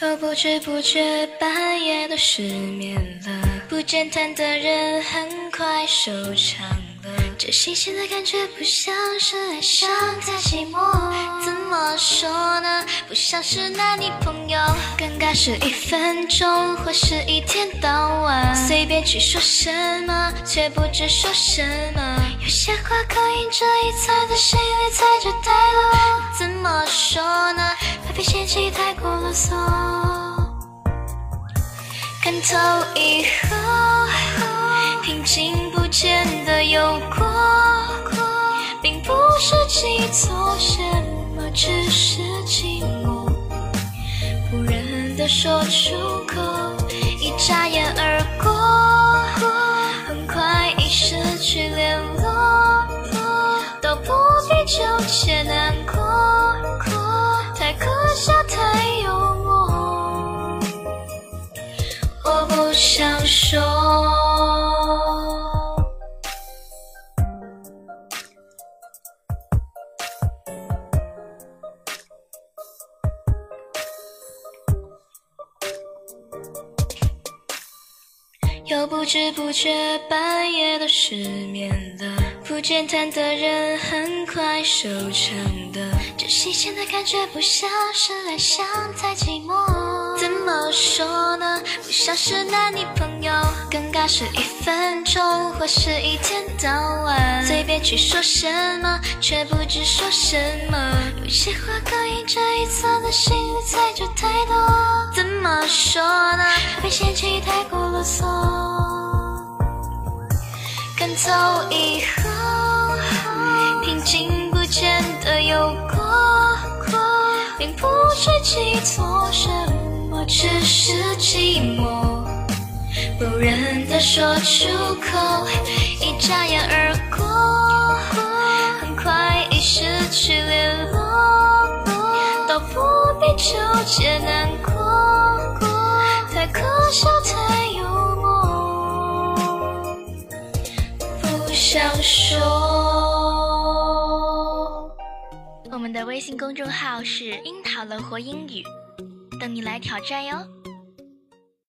又不知不觉半夜都失眠了，不见谈的人很快收场了，这新鲜的感觉不像是爱上太寂寞，怎么说呢？不像是男女朋友，尴尬是1分钟或是一天到晚，随便去说什么，却不知说什么，有些话刻印着一层的心里猜着太多，怎么说呢？怕被嫌弃太过啰嗦，看透以后，平静不见得有过，并不是记错什么，只是寂寞，不忍的说出口，一眨眼而过，很快已失去联络，都不必纠结难过，太可笑太幽默，我不想说。又不知不觉半夜都失眠了，不见谈的人很快收场的，这新鲜的感觉不像是爱上太寂寞，怎么说呢？不像是男女朋友，尴尬是1分钟或是一天到晚，随便去说什么，却不知说什么，有些话刻印着一层的心里猜着太多，怎么说呢？怕被嫌弃太过啰嗦，看透以后，平静不见得有过，并不是记错什么，只是寂寞，不忍的说出口，一眨眼而过，很快已失去联络，都不必纠结难过，太可笑太幽默，不想说。我们的微信公众号是樱桃乐活英语，等你来挑战哟。